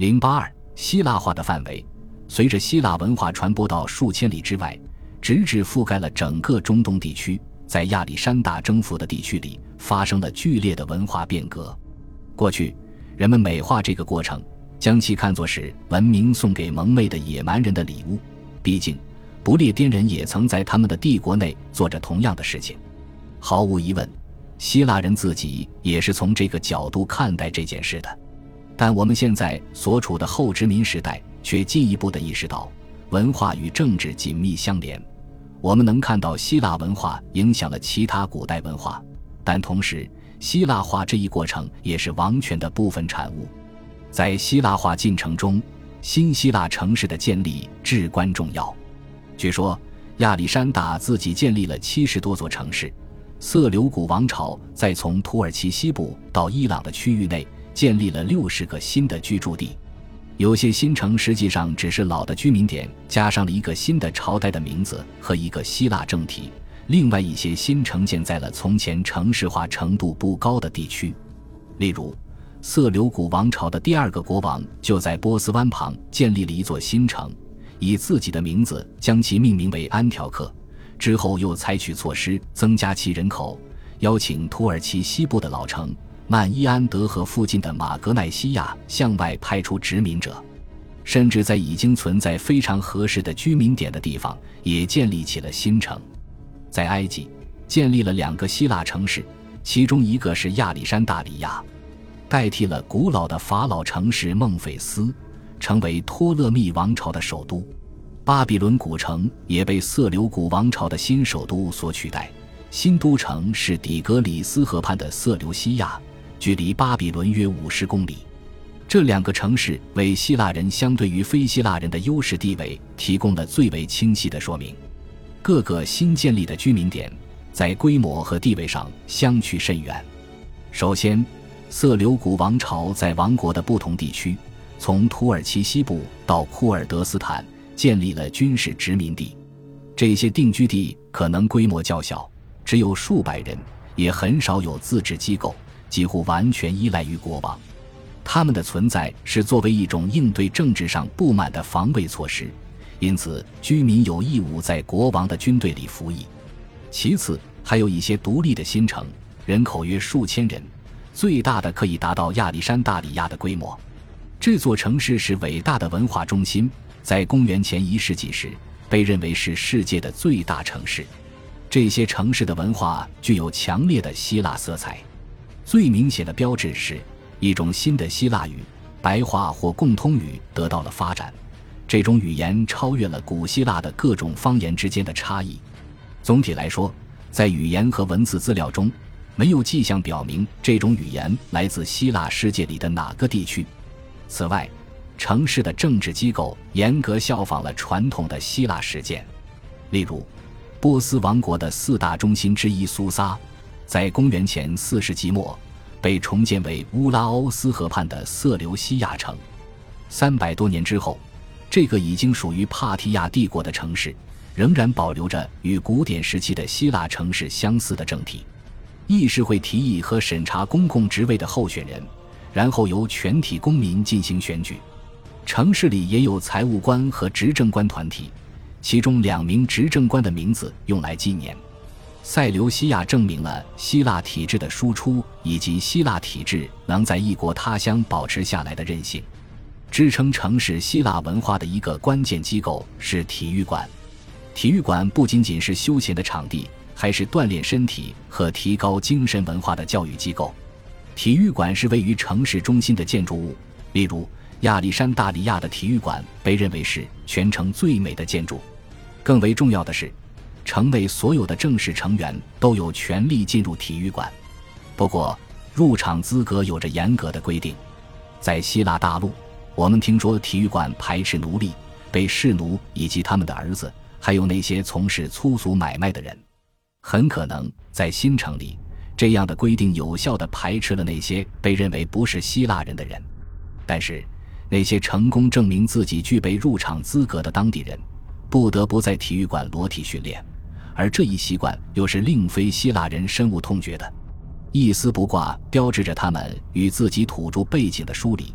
082希腊化的范围，随着希腊文化传播到数千里之外，直至覆盖了整个中东地区，在亚历山大征服的地区里发生了剧烈的文化变革。过去人们美化这个过程，将其看作是文明送给蒙昧的野蛮人的礼物，毕竟不列颠人也曾在他们的帝国内做着同样的事情。毫无疑问，希腊人自己也是从这个角度看待这件事的。但我们现在所处的后殖民时代却进一步地意识到，文化与政治紧密相连。我们能看到希腊文化影响了其他古代文化，但同时希腊化这一过程也是王权的部分产物。在希腊化进程中，新希腊城市的建立至关重要。据说亚历山大自己建立了70多座城市，色流古王朝在从土耳其西部到伊朗的区域内建立了60个新的居住地。有些新城实际上只是老的居民点加上了一个新的朝代的名字和一个希腊政体，另外一些新城建在了从前城市化程度不高的地区。例如色流古王朝的第2个国王就在波斯湾旁建立了一座新城，以自己的名字将其命名为安条克，之后又采取措施增加其人口，邀请土耳其西部的老城曼伊安德河附近的马格奈西亚向外派出殖民者，甚至在已经存在非常合适的居民点的地方也建立起了新城。在埃及建立了2个希腊城市，其中一个是亚历山大里亚，代替了古老的法老城市孟菲斯，成为托勒密王朝的首都。巴比伦古城也被色流古王朝的新首都所取代，新都城是底格里斯河畔的色流西亚，距离巴比伦约50公里。这2个城市为希腊人相对于非希腊人的优势地位提供了最为清晰的说明。各个新建立的居民点在规模和地位上相去甚远。首先，色流古王朝在王国的不同地区，从土耳其西部到库尔德斯坦建立了军事殖民地。这些定居地可能规模较小，只有数百人，也很少有自治机构，几乎完全依赖于国王。他们的存在是作为一种应对政治上不满的防卫措施，因此居民有义务在国王的军队里服役。其次，还有一些独立的新城，人口约数千人，最大的可以达到亚历山大里亚的规模。这座城市是伟大的文化中心，在公元前1世纪时被认为是世界的最大城市。这些城市的文化具有强烈的希腊色彩，最明显的标志是一种新的希腊语，白话或共通语得到了发展。这种语言超越了古希腊的各种方言之间的差异。总体来说，在语言和文字资料中，没有迹象表明这种语言来自希腊世界里的哪个地区。此外，城市的政治机构严格效仿了传统的希腊实践。例如，波斯王国的4大中心之一苏萨，在公元前4世纪末被重建为乌拉欧斯河畔的色流西亚城。300多年之后，这个已经属于帕提亚帝国的城市仍然保留着与古典时期的希腊城市相似的政体。议事会提议和审查公共职位的候选人，然后由全体公民进行选举。城市里也有财务官和执政官团体，其中2名执政官的名字用来纪念。塞琉西亚证明了希腊体制的输出以及希腊体制能在异国他乡保持下来的韧性。支撑城市希腊文化的一个关键机构是体育馆。体育馆不仅仅是休闲的场地，还是锻炼身体和提高精神文化的教育机构。体育馆是位于城市中心的建筑物，例如亚历山大里亚的体育馆被认为是全城最美的建筑。更为重要的是，城内所有的正式成员都有权利进入体育馆。不过，入场资格有着严格的规定。在希腊大陆，我们听说体育馆排斥奴隶、被视奴以及他们的儿子，还有那些从事粗俗买卖的人。很可能在新城里，这样的规定有效地排斥了那些被认为不是希腊人的人。但是，那些成功证明自己具备入场资格的当地人，不得不在体育馆裸体训练，而这一习惯又是令非希腊人深恶痛绝的。一丝不挂标志着他们与自己土著背景的疏离，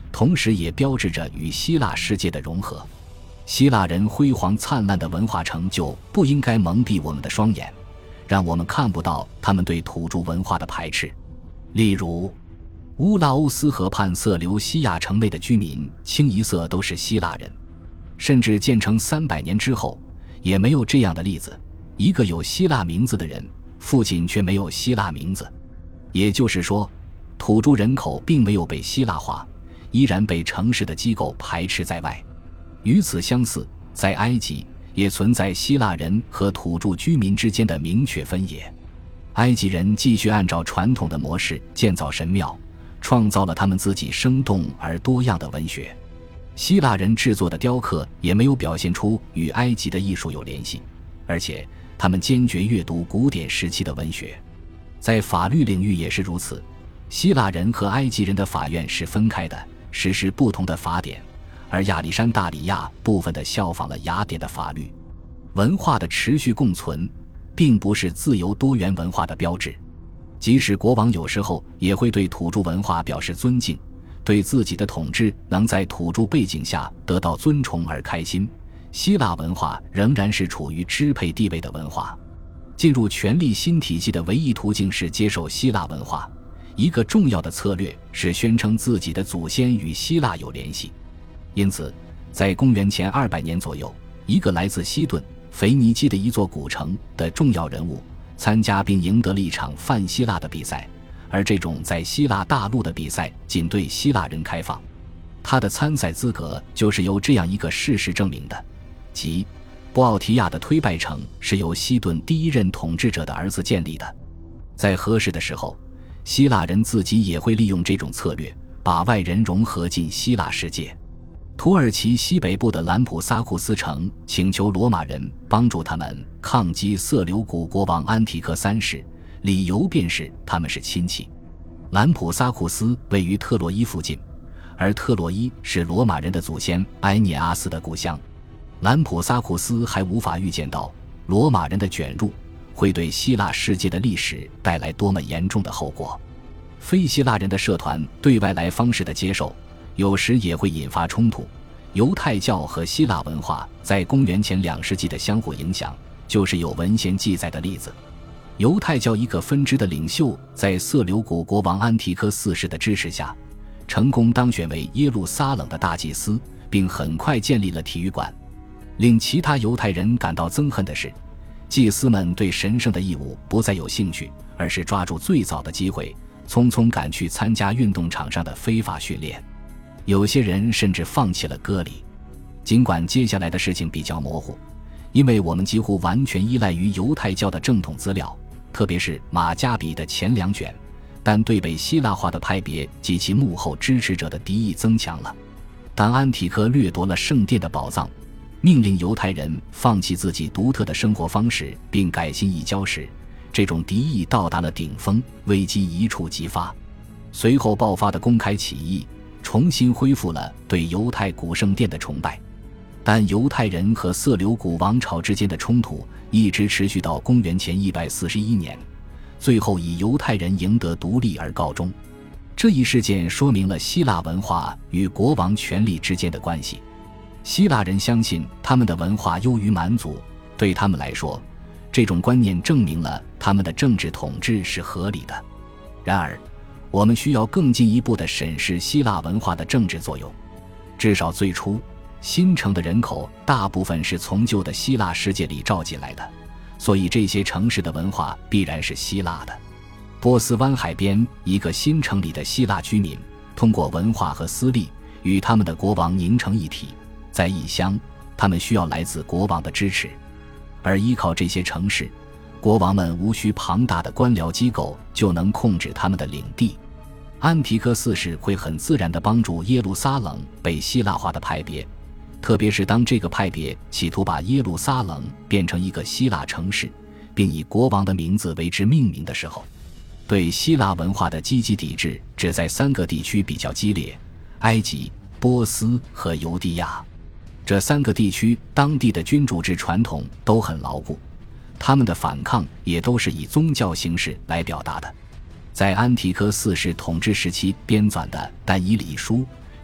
同时也标志着与希腊世界的融合。希腊人辉煌灿烂的文化成就不应该蒙蔽我们的双眼，让我们看不到他们对土著文化的排斥。例如，乌拉欧斯河畔色留西亚城内的居民清一色都是希腊人，甚至建成300年之后，也没有这样的例子：一个有希腊名字的人，父亲却没有希腊名字。也就是说，土著人口并没有被希腊化，依然被城市的机构排斥在外。与此相似，在埃及也存在希腊人和土著居民之间的明确分野。埃及人继续按照传统的模式建造神庙，创造了他们自己生动而多样的文学。希腊人制作的雕刻也没有表现出与埃及的艺术有联系，而且他们坚决阅读古典时期的文学。在法律领域也是如此，希腊人和埃及人的法院是分开的，实施不同的法典，而亚历山大里亚部分地效仿了雅典的法律。文化的持续共存并不是自由多元文化的标志，即使国王有时候也会对土著文化表示尊敬，对自己的统治能在土著背景下得到尊崇而开心。希腊文化仍然是处于支配地位的文化，进入权力新体系的唯一途径是接受希腊文化。一个重要的策略是宣称自己的祖先与希腊有联系。因此，在公元前200年左右，一个来自西顿、腓尼基的一座古城的重要人物参加并赢得了一场泛希腊的比赛，而这种在希腊大陆的比赛仅对希腊人开放。他的参赛资格就是由这样一个事实证明的，即波奥提亚的推拜城是由西顿第一任统治者的儿子建立的。在合适的时候，希腊人自己也会利用这种策略，把外人融合进希腊世界。土耳其西北部的兰普萨库斯城请求罗马人帮助他们抗击色琉古国王安提柯三世，理由便是他们是亲戚。兰普萨库斯位于特洛伊附近，而特洛伊是罗马人的祖先埃涅阿斯的故乡。兰普萨库斯还无法预见到罗马人的卷入会对希腊世界的历史带来多么严重的后果。非希腊人的社团对外来方式的接受有时也会引发冲突。犹太教和希腊文化在公元前2世纪的相互影响就是有文献记载的例子。犹太教一个分支的领袖在色琉古国王安提柯四世的支持下成功当选为耶路撒冷的大祭司，并很快建立了体育馆。令其他犹太人感到憎恨的是，祭司们对神圣的义务不再有兴趣，而是抓住最早的机会匆匆赶去参加运动场上的非法训练。有些人甚至放弃了割礼。尽管接下来的事情比较模糊，因为我们几乎完全依赖于犹太教的正统资料，特别是马加比的前2卷，但对被希腊化的派别及其幕后支持者的敌意增强了。当安提柯掠夺了圣殿的宝藏，命令犹太人放弃自己独特的生活方式并改信异教时，这种敌意到达了顶峰，危机一触即发。随后爆发的公开起义重新恢复了对犹太古圣殿的崇拜，但犹太人和色琉古王朝之间的冲突一直持续到公元前141年，最后以犹太人赢得独立而告终。这一事件说明了希腊文化与国王权力之间的关系。希腊人相信他们的文化优于蛮族，对他们来说，这种观念证明了他们的政治统治是合理的。然而，我们需要更进一步地审视希腊文化的政治作用。至少最初，新城的人口大部分是从旧的希腊世界里召进来的，所以这些城市的文化必然是希腊的。波斯湾海边一个新城里的希腊居民，通过文化和私利与他们的国王凝成一体。在异乡，他们需要来自国王的支持，而依靠这些城市，国王们无需庞大的官僚机构就能控制他们的领地。安提柯四世会很自然地帮助耶路撒冷被希腊化的派别，特别是当这个派别企图把耶路撒冷变成一个希腊城市，并以国王的名字为之命名的时候。对希腊文化的积极抵制只在3个地区比较激烈：埃及、波斯和犹地亚。这3个地区当地的君主制传统都很牢固，他们的反抗也都是以宗教形式来表达的。在安提柯四世统治时期编纂的但以理书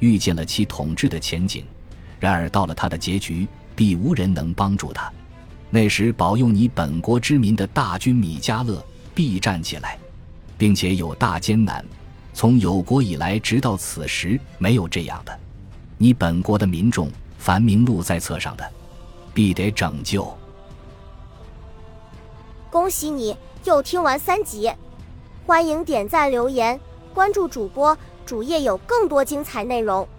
预见了其统治的前景，然而到了他的结局，必无人能帮助他。那时保佑你本国之民的大军米迦勒必站起来，并且有大艰难，从有国以来直到此时没有这样的。你本国的民众，凡名录在册上的，必得拯救。 恭喜你又听完3集，欢迎点赞留言，关注主播，主页有更多精彩内容。